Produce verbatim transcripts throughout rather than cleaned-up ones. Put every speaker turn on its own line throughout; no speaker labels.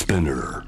Spinner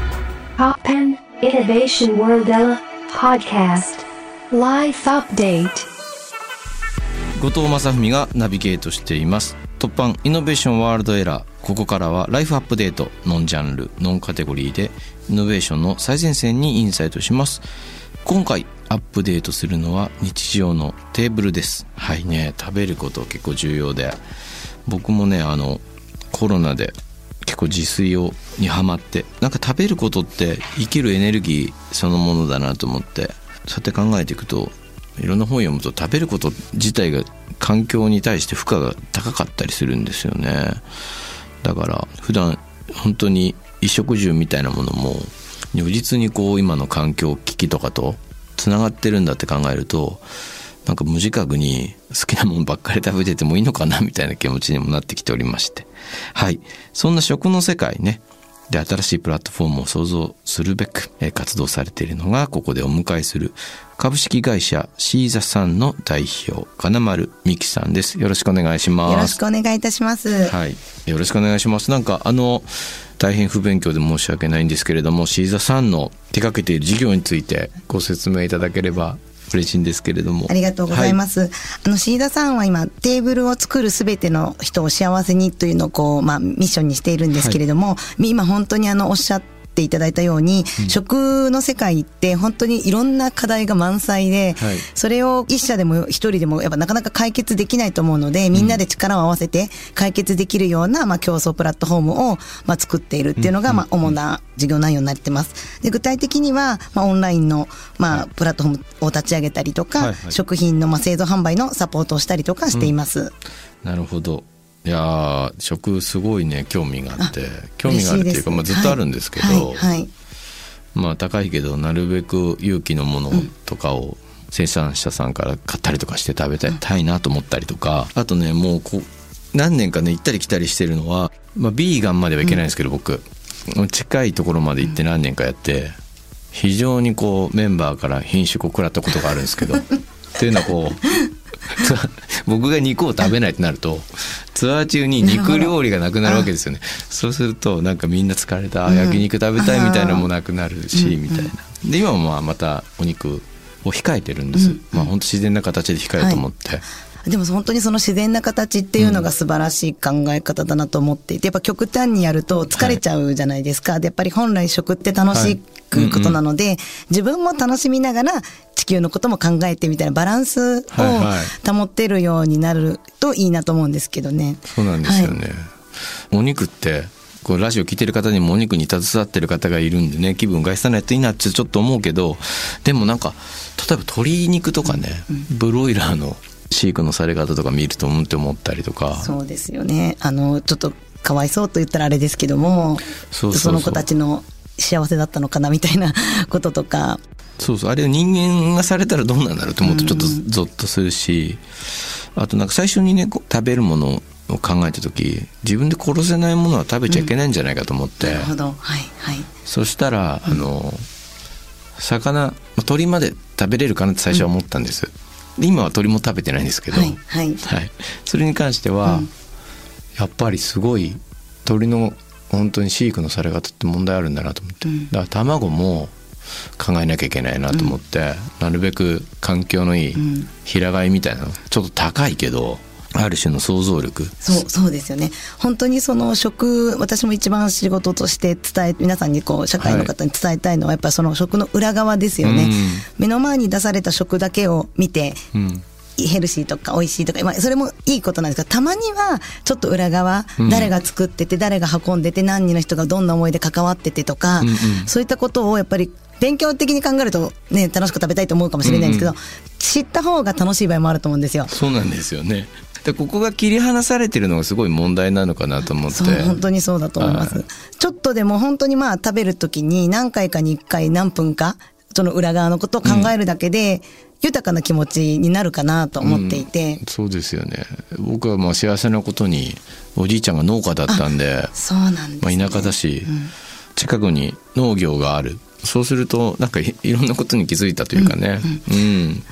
Poppen Innovation World Ella Podcast Life Update
後藤正文がナビゲートしています。突破イノベーションワールドエラー。ここからはライフアップデート、ノンジャンルノンカテゴリーでイノベーションの最前線にインサイトします。今回アップデートするのは日常のテーブルです。はいね、食べること結構重要で、僕もねあのコロナで結構自炊をにハマって、なんか食べることって生きるエネルギーそのものだなと思って、そうやって考えていくと、いろんな本読むと食べること自体が環境に対して負荷が高かったりするんですよね。だから普段本当に衣食住みたいなものも如実にこう今の環境危機とかとつながってるんだって考えると、なんか無自覚に好きなものばっかり食べててもいいのかなみたいな気持ちにもなってきておりまして、はい、そんな食の世界ねで新しいプラットフォームを創造するべく活動されているのが、ここでお迎えする株式会社シーザさんの代表金丸美希さんです。よろしくお願いします。
よろしくお願いいたします。
はい、よろしくお願いします。なんかあの大変不勉強で申し訳ないんですけれども、シーザさんの手掛けている事業についてご説明いただければ嬉しいんですけれども。
ありがとうございます。はい、あのシーザさんは今テーブルを作るすべての人を幸せにというのをこう、まあ、ミッションにしているんですけれども、はい、今本当にあのおっしゃっていただいたように、うん、食の世界って本当にいろんな課題が満載で、はい、それを一社でも一人でもやっぱなかなか解決できないと思うので、みんなで力を合わせて解決できるような、まあ、競争プラットフォームを、まあ、作っているっていうのが、まあ、主な事業内容になってます。で具体的には、まあ、オンラインの、まあ、プラットフォームを立ち上げたりとか、はいはい、食品の、まあ、製造販売のサポートをしたりとかしています。うん、
なるほど。いや食すごいね興味があって、興味があるっていうか、まあ、ずっとあるんですけど、はいはいはい、まあ高いけどなるべく有機のものとかを生産者さんから買ったりとかして食べたいなと思ったりとか、あとねもうこう何年かね行ったり来たりしてるのは、まあ、ビーガンまではいけないんですけど、うん、僕近いところまで行って何年かやって、非常にこうメンバーから品種を食らったことがあるんですけどっていうのはこう僕が肉を食べないとなるとツアー中に肉料理がなくなるわけですよね。そうするとなんかみんな疲れた、うん、焼肉食べたいみたいなのもなくなるし、うん、みたいな。で今はまあまたお肉を控えてるんです。うん、まあ本当自然な形で控えようと思って、はい、
でも本当にその自然な形っていうのが素晴らしい考え方だなと思っていて、やっぱ極端にやると疲れちゃうじゃないですか。はい、でやっぱり本来食って楽しくことなので、はいうんうん、自分も楽しみながら地球のことも考えてみたいなバランスを保ってるようになるといいなと思うんですけどね。
そうなんですよね。はい、お肉ってこうラジオ聞いてる方にもお肉に携わってる方がいるんでね、気分害さないといいなってちょっと思うけど、でもなんか例えば鶏肉とかね、うんうん、ブロイラーの飼育のされ方とか見るとうんって思ったりとか。
そうですよね。あのちょっとかわいそうと言ったらあれですけども、そうそうそう、その子たちの幸せだったのかなみたいなこととか。
そうそう、あれ人間がされたらどうなんだろうと思うとちょっとゾッとするし、うん、あとなんか最初にね食べるものを考えた時、自分で殺せないものは食べちゃいけないんじゃないかと思って、
うん、なるほど、はいはい、
そしたらあの、うん、魚鳥まで食べれるかなって最初は思ったんです。うん、で今は鳥も食べてないんですけど、
はいはい
はい、それに関しては、うん、やっぱりすごい鳥の本当に飼育のされ方って問題あるんだなと思って、うん、だから卵も考えなきゃいけないなと思って、うん、なるべく環境のいい平飼いみたいなの、ちょっと高いけどある種の想像力。
そうそうですよね。本当にその食、私も一番仕事として伝え皆さんにこう社会の方に伝えたいのは、やっぱりその食の裏側ですよね。うん、目の前に出された食だけを見て、うんヘルシーとか美味しいとか、まあ、それもいいことなんですけど、たまにはちょっと裏側、うん、誰が作ってて誰が運んでて何人の人がどんな思いで関わっててとか、うんうん、そういったことをやっぱり勉強的に考えると、ね、楽しく食べたいと思うかもしれないんですけど、うんうん、知った方が楽しい場合もあると思うんですよ。
そうなんですよね。でここが切り離されてるのがすごい問題なのかなと思って。
そう本当にそうだと思います。ちょっとでも本当にまあ食べるときに何回かにいっかい何分かその裏側のことを考えるだけで、うん豊かな気持ちになるかなと思っていて、
うん、そうですよね。僕はまあ幸せなことにおじいちゃんが農家だったんで、
そうなんですね。
まあ、田舎だし、うん、近くに農業がある。そうするとなんか い, いろんなことに気づいたというかね、うんうんうん、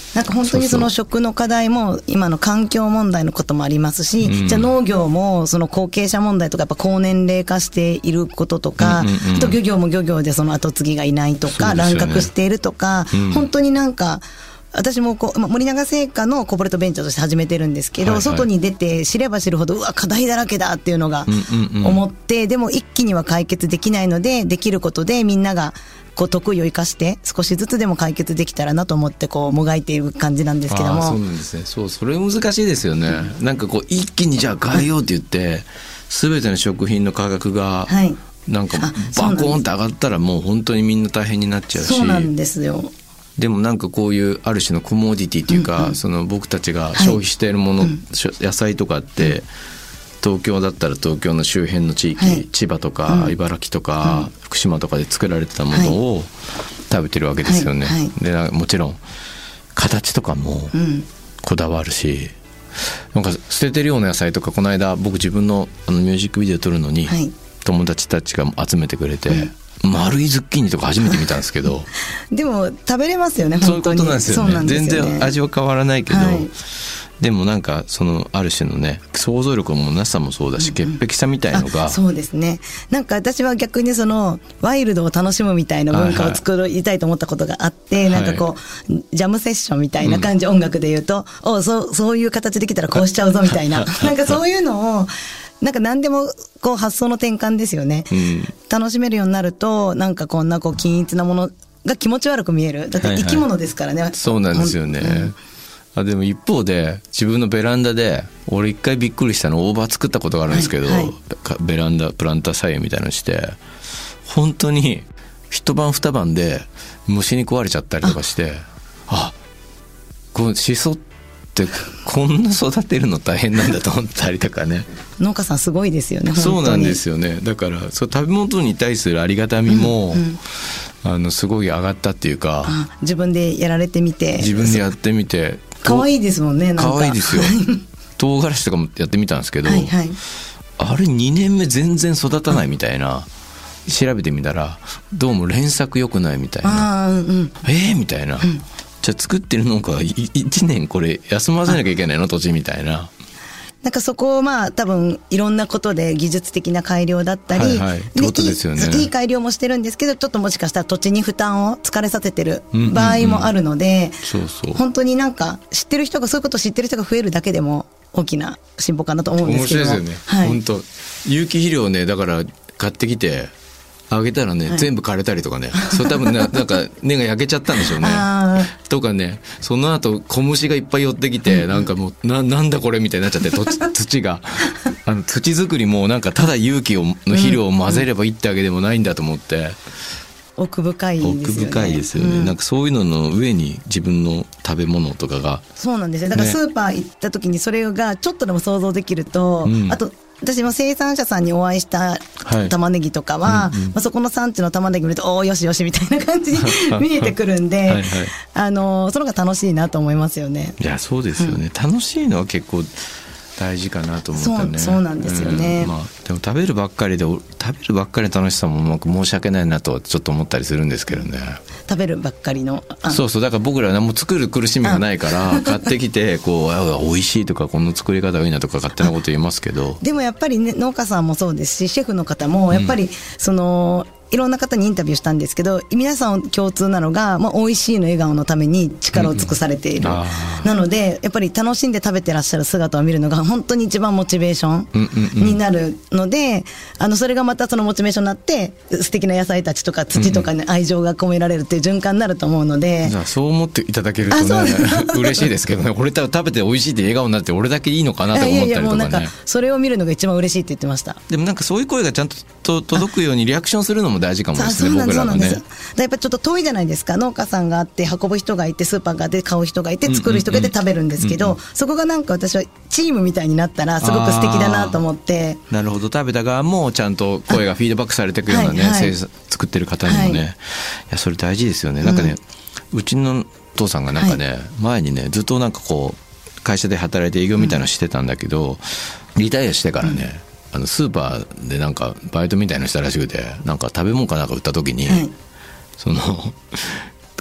なんか本当にその食の課題も今の環境問題のこともありますし、
うん、
じゃあ農業もその後継者問題とかやっぱ高年齢化していることとか、うんうんうん、あと漁業も漁業でその後継ぎがいないとか、ね、乱獲しているとか、うん、本当になんか私もこう森永製菓のコーポレートベンチャーとして始めてるんですけど、はいはい、外に出て知れば知るほどうわ課題だらけだっていうのが思って、うんうんうん、でも一気には解決できないので、できることでみんながこう得意を生かして少しずつでも解決できたらなと思ってこうもがいている感じなんですけども。
あ、そうなんですね。そう、それ難しいですよね、うん、なんかこう一気にじゃあ変えようって言って全ての食品の価格がなんかバコーンって上がったらもう本当にみんな大変になっちゃうし。
そうなんですよ。
でもなんかこういうある種のコモディティというか、うんうん、その僕たちが消費しているもの、はい、野菜とかって、うん、東京だったら東京の周辺の地域、はい、千葉とか、うん、茨城とか、うん、福島とかで作られてたものを食べてるわけですよね、はいはい、でもちろん形とかもこだわるし、うん、なんか捨ててるような野菜とかこの間僕自分のあのミュージックビデオ撮るのに、はい、友達たちが集めてくれて、うん丸いズッキーニとか初めて見たんですけど
でも食べれますよね本当に。
そういうことなんですよね。全然味は変わらないけど、はい、でもなんかそのある種のね想像力のなさもそうだし、潔癖さみたいのが。
そうですね。なんか私は逆にそのワイルドを楽しむみたいな文化を作りたいと思ったことがあって、はいはい、なんかこうジャムセッションみたいな感じ、うん、音楽で言うとおそうそういう形できたらこうしちゃうぞみたいななんかそういうのをなんか何でもこう発想の転換ですよね、うん、楽しめるようになるとなんかこんなこう均一なものが気持ち悪く見える。だって生き物ですからね、はいはい、
そうなんですよね、うん、あでも一方で自分のベランダで俺一回びっくりしたの大葉作ったことがあるんですけど、はいはい、ベランダプランター菜園みたいなのして本当に一晩二晩で虫に食われちゃったりとかして、あこのシソってこんな育てるの大変なんだと思ったりとかね
農家さんすごいですよね。
そうなんですよね。だからそう食べ物に対するありがたみも、うんうん、あのすごい上がったっていうか、
あ自分でやられてみて
自分でやってみて
可愛いですもんね。なんか
可愛いですよ唐辛子とかもやってみたんですけど、
はいはい、あ
れにねんめ全然育たないみたいな、うん、調べてみたらどうも連作良くないみたいな、
あ、うんうん、
えーみたいな、うん、じゃあ作ってる農家がいちねんこれ休ませなきゃいけないの土地みたいな。
なんかそこをまあ多分いろんなことで技術的な改良だったり、
はいはい、ってことですよね。
いい改良もしてるんですけどちょっともしかしたら土地に負担を疲れさせてる場合もあるので、
そうそう
本当になんか知ってる人がそういうことを知ってる人が増えるだけでも大きな進歩かなと思うんですけども。
面白いですよね、はい、本当有機肥料ねだから買ってきてあげたらね、はい、全部枯れたりとかねそれ多分ねなんか根が焼けちゃったんでしょうねとかね、その後小虫がいっぱい寄ってきて、うんうん、なんかもう な, なんだこれみたいになっちゃって土があの土作りもなんかただ有機をの肥料を混ぜればいいってわけでもないんだと思って、うんうん、
奥深いですよね。
奥深いですよね、うん、なんかそういうのの上に自分の食べ物とかが
そうなんですよ。だからスーパー行った時にそれがちょっとでも想像できると、うん、あと私も生産者さんにお会いした玉ねぎとかは、はいうんうんまあ、そこの産地の玉ねぎ見るとおーよしよしみたいな感じに見えてくるんではい、はい、あのその方が楽しいなと思いますよね。
いやそうですよね、うん、楽しいのは結構大事かなと思ったね。
そう、そうなんですよね、
うんまあ、でも食べるばっかりで食べるばっかりの楽しさもなんか申し訳ないなとちょっと思ったりするんですけどね。
食べるばっかりの
そうそうだから僕らはもう作る苦しみがないから買ってきてこう美味しいとかこの作り方がいいなとか勝手なこと言いますけど
でもやっぱり、ね、農家さんもそうですしシェフの方もやっぱり、うん、そのいろんな方にインタビューしたんですけど皆さん共通なのが、まあ、美味しいの笑顔のために力を尽くされている、うんうん、なのでやっぱり楽しんで食べてらっしゃる姿を見るのが本当に一番モチベーションになるので、うんうんうん、あのそれがまたそのモチベーションになって素敵な野菜たちとか土とかに愛情が込められるっていう循環になると思うので、
うん、そう思っていただけるとね嬉しいですけどね俺食べて美味しいって笑顔になって俺だけいいのかなと思ったりとかね。いやいやもうなんか
それを見るのが一番嬉しいって言ってました。
でもなんかそういう声がちゃんと届くようにリアクションするのも大事かもですね。
そうなんですよ。やっぱりちょっと遠いじゃないですか。農家さんがあって運ぶ人がいてスーパーがあって買う人がいて作る人がいて食べるんですけど、うんうんうん、そこがなんか私はチームみたいになったらすごく素敵だなと思って。
なるほど。食べた側もちゃんと声がフィードバックされていくようなね、はいはい、作ってる方にもね、はい、いやそれ大事ですよね。なんかね、うん、うちの父さんがなんかね、はい、前にねずっとなんかこう会社で働いて営業みたいなのしてたんだけど、うん、リタイアしてからね、うん、あのスーパーでなんかバイトみたいなのしたらしくてなんか食べ物かなんか売った時に、はい、その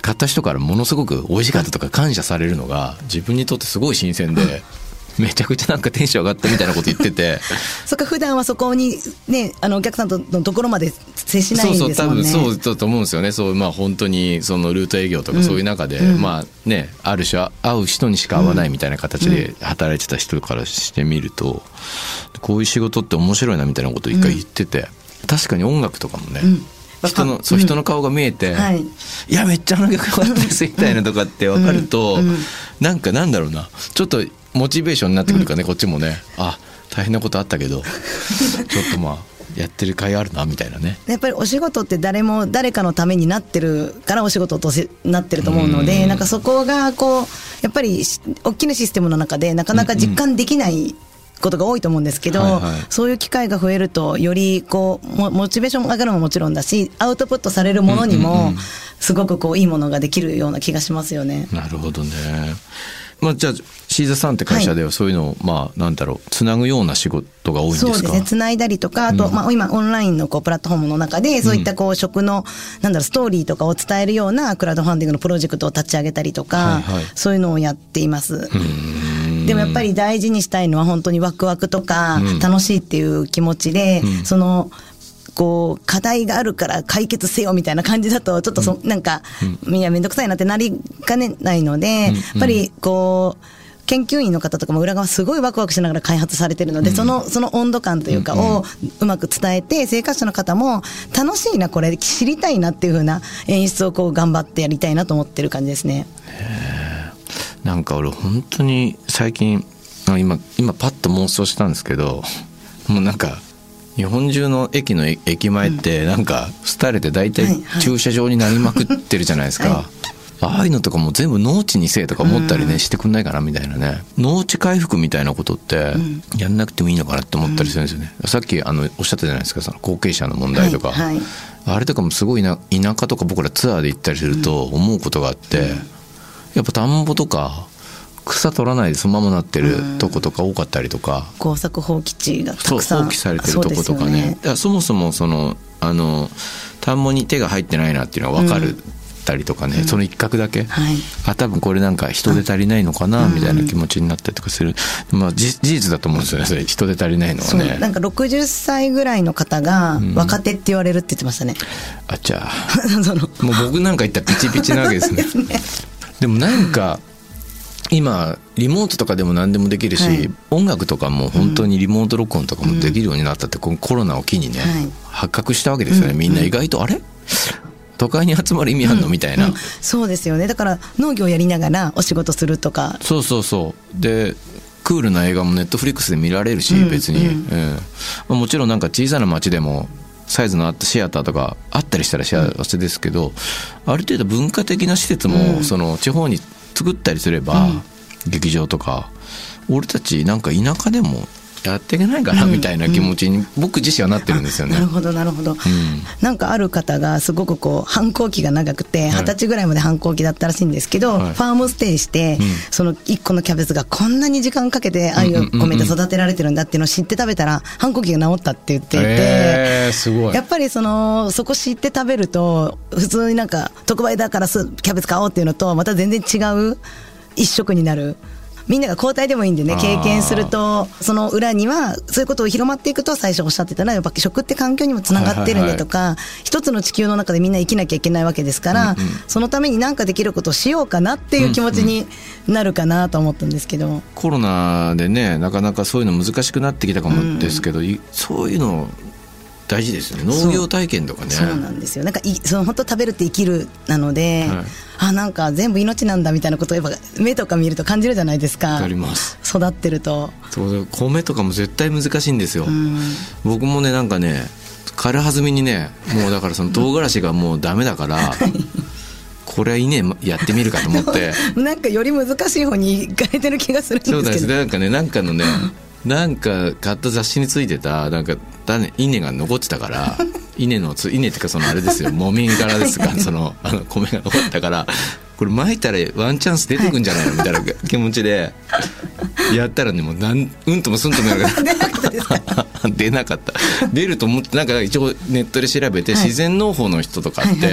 買った人からものすごく美味しかったとか感謝されるのが自分にとってすごい新鮮でめちゃくちゃなんかテンション上がったみたいなこと言ってて
そっか、普段はそこにね、あのお客さんとのところまで接しないんですもんね。
そうそう、多分そうだと思うんですよね。そう、まあ本当にそのルート営業とかそういう中で、うん、まあね、ある種会う人にしか会わないみたいな形で働いてた人からしてみると、こういう仕事って面白いなみたいなことを一回言ってて、うん、確かに音楽とかもね、うん、人のそう、人の顔が見えて、うん、はい、いやめっちゃあの曲良かったですみたいなとかって分かると、うんうん、なんかなんだろうな、ちょっとモチベーションになってくるかね、うん、こっちもね、あ、大変なことあったけどちょっとまあやってる甲斐あるなみたいなね。やっぱりお仕事って誰も誰かのためになってるからお仕事となってると思うので、んなんかそこがこうやっぱり大きなシステムの中でなかなか実感できないことが多いと思うんですけど、はいはい、そういう機会が増えるとよりこうモモチベーション上がるのももちろんだし、アウトプットされるものにもすごくこういいものができるような気がしますよね。なるほどね。まあ、じゃあシーザさんって会社ではそういうのを、まあなんだろう、つなぐような仕事が多いんですか？
そうですね、つないだりとか、あと、うん、まあ今オンラインのこうプラットフォームの中でそういったこう食の、うん、なんだろう、ストーリーとかを伝えるようなクラウドファンディングのプロジェクトを立ち上げたりとか、はいはい、そういうのをやっています。でもやっぱり大事にしたいのは本当にワクワクとか楽しいっていう気持ちで、うん、そのこう課題があるから解決せよみたいな感じだとちょっとそ、うん、なんか、うん、いやめんどくさいなってなりかねないので、うん、やっぱりこう研究員の方とかも裏側すごいワクワクしながら開発されてるので、うん、そのその温度感というかをうまく伝えて、生活者の方も楽しいな、これ知りたいなっていう風な演出をこう頑張ってやりたいなと思ってる感じですね。
へー、なんか俺本当に最近今今パッと妄想したんですけど、もうなんか日本中の駅の駅前ってなんか廃れて大体駐車場になりまくってるじゃないですか、はいはい、ああいうのとかも全部農地にせえとか思ったりね、うん、してくんないかなみたいなね。農地回復みたいなことってやんなくてもいいのかなって思ったりするんですよね、うん、さっきあのおっしゃったじゃないですか、その後継者の問題とか、はいはい、あれとかもすごいな、田舎とか僕らツアーで行ったりすると思うことがあって、うん、やっぱ田んぼとか草取らないでそのままなってるとことか多かったりとか、
耕作放棄地がたくさん、
そう放棄されてるとことかね。ね、だからそもそもそのあの田んぼに手が入ってないなっていうのは分かる、うんたりとかね、うん、その一角だけ、はい、あ多分これなんか人手足りないのかなみたいな気持ちになったりとかする、うん、まあ事実だと思うんですよね、それ人手足りないのはね。
そうなんかろくじゅっさいぐらいの方が若手って言われるって言ってましたね、
うん、あじゃあそのもう僕なんか言ったらピチピチなわけですねですね。でもなんか今リモートとかでも何でもできるし、はい、音楽とかも本当にリモート録音とかもできるようになったって、うん、このコロナを機にね、はい、発覚したわけですよね、うん、みんな意外と、うん、あれ都会に集まる意味あんの、うん、みたいな、
うん、そうですよね。だから農業やりながらお仕事するとか、
そうそうそうでクールな映画もネットフリックスで見られるし、うん、別に、うんうんまあ、もちろんなんか小さな町でもサイズのあったシアターとかあったりしたら幸せですけど、うん、ある程度文化的な施設も、うん、その地方に作ったりすれば、うん、劇場とか俺たちなんか田舎でもやっていけないかなみたいな気持ちに僕自身はなってるんですよね、
うんうん、なるほどなるほど、うん、なんかある方がすごくこう反抗期が長くてはたちぐらいまで反抗期だったらしいんですけど、はい、ファームステイして、うん、そのいっこのキャベツがこんなに時間かけて愛を込めて育てられてるんだっていうのを知って食べたら反抗期が治ったって言っていて、
えー、すごい。
やっぱりそのそこ知って食べると普通になんか特売だからキャベツ買おうっていうのとまた全然違う一食になる。みんなが交代でもいいんでね、経験するとその裏にはそういうことを広まっていくと、最初おっしゃってたのはやっぱ食って環境にもつながってるんでとか、はいはいはい、一つの地球の中でみんな生きなきゃいけないわけですから、うんうん、そのために何かできることをしようかなっていう気持ちになるかなと思ったんですけど、うんうん、
コロナでねなかなかそういうの難しくなってきたかもですけど、うん、そういうの大事ですよね、農業体験とかね。
そう、そうなんですよ。なんかいその本当食べるって生きるなので、はい、あなんか全部命なんだみたいなことをやっぱ目とか見ると感じるじゃないですか。
わかります。
育ってると。
そう米とかも絶対難しいんですよ、うん、僕もねなんかね軽はずみにねもうだからその唐辛子がもうダメだからこれはいいねやってみるかと思って
なんかより難しい方に行かれてる気がするんですけど。
そうです。なんかねなんかのねなんか買った雑誌についてたなんか種稲が残ってたから稲のつ稲っていうかそのあれですよもみ殻ですかそのあの米が残ったからこれ撒いたらワンチャンス出てくんじゃないのみたいな気持ちでやったらねもうなんうんともすんともやら出なかったですか出なかった。出ると思ってなんか一応ネットで調べて、はい、自然農法の人とかって、はいはい、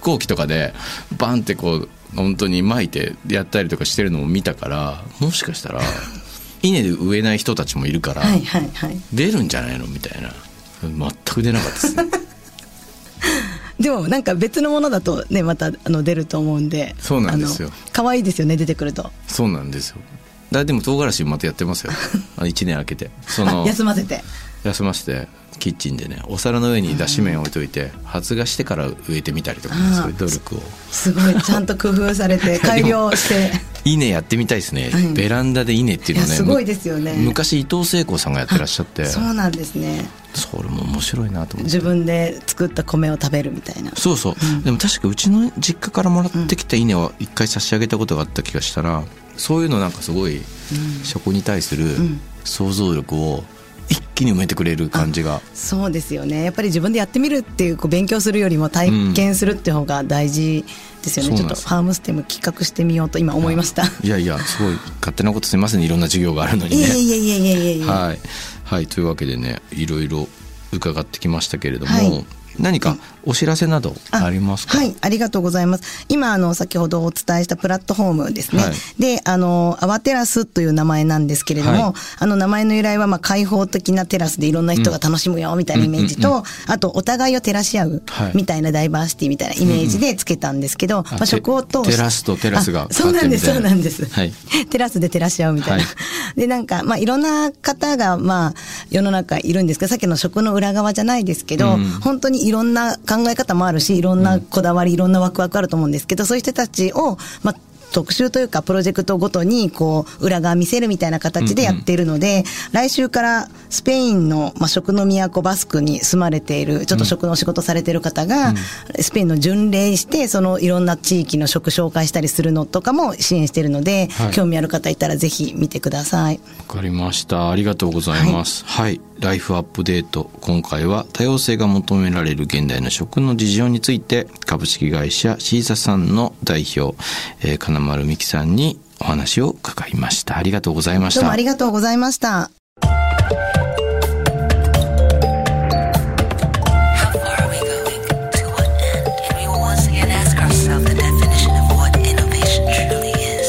行機とかでバンってこう本当に巻いてやったりとかしてるのを見たから、もしかしたら稲で植えない人たちもいるから、はいはいはい、出るんじゃないのみたいな。全く出なかったですね
でもなんか別のものだとねまたあの出ると思うんで。
そうなんですよ。
可愛いですよね出てくると。
そうなんですよ。だでも唐辛子またやってますよいちねん空けてその
休ませて
休ませてキッチンでねお皿の上に脱脂麺置いといて、うん、発芽してから植えてみたりとか、ね、そういう努力を
すごいちゃんと工夫されて改良して
稲やってみたいですね、うん、ベランダで稲っていうのね
すごいですよね。
昔伊藤聖子さんがやってらっしゃって
そうなんですね。
それも面白いなと思って。
自分で作った米を食べるみたいな。
そうそう、うん、でも確かうちの実家からもらってきた稲を一回差し上げたことがあった気がしたら、そういうのなんかすごい食に対する想像力を一気に埋めてくれる感じが、うん、そうですよね。やっぱり自分でやってみるっていう、こう勉強するよりも体験するっていう方が大事ですよね、うん、ちょっとファームステム企画してみようと今思いました。 いやいやすごい勝手なことすみませんね、いろんな授業があるのにね。いやいやいやいやいやいやはい、はい、というわけでねいろいろ伺ってきましたけれども、はい、何かお知らせなどありますか？
はい、ありがとうございます。今あの先ほどお伝えしたプラットフォームですね、はい、であのアワテラスという名前なんですけれども、はい、あの名前の由来はまあ開放的なテラスでいろんな人が楽しむよみたいなイメージと、うんうんうんうん、あとお互いを照らし合うみたいなダイバーシティみたいなイメージでつけたんですけど、うんうんまあ、食を通して
テラスとテラスが
そうなんですそうなんです、はい、テラスで照らし合うみたいな、はい、でなんかまあいろんな方がまあ世の中いるんですけど、さっきの食の裏側じゃないですけど、うん、本当にいろんな考え方もあるし、いろんなこだわり、いろんなワクワクあると思うんですけど、そういう人たちを、まあ、特集というかプロジェクトごとにこう裏側見せるみたいな形でやっているので、うんうん、来週からスペインの、まあ、食の都バスクに住まれているちょっと食のお仕事されている方が、うん、スペインの巡礼してそのいろんな地域の食紹介したりするのとかも支援しているので、はい、興味ある方いたらぜひ見てください。
わかりました、ありがとうございます。はい、はい、ライフアップデート、今回は多様性が求められる現代の食の事情について株式会社シーザさんの代表、えー、金丸美希さんにお話を伺いました。ありがとうございました。
どうもありがとうございました。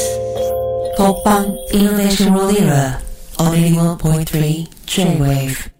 Toppan Innovation World Era on eighty-one point three J-Wave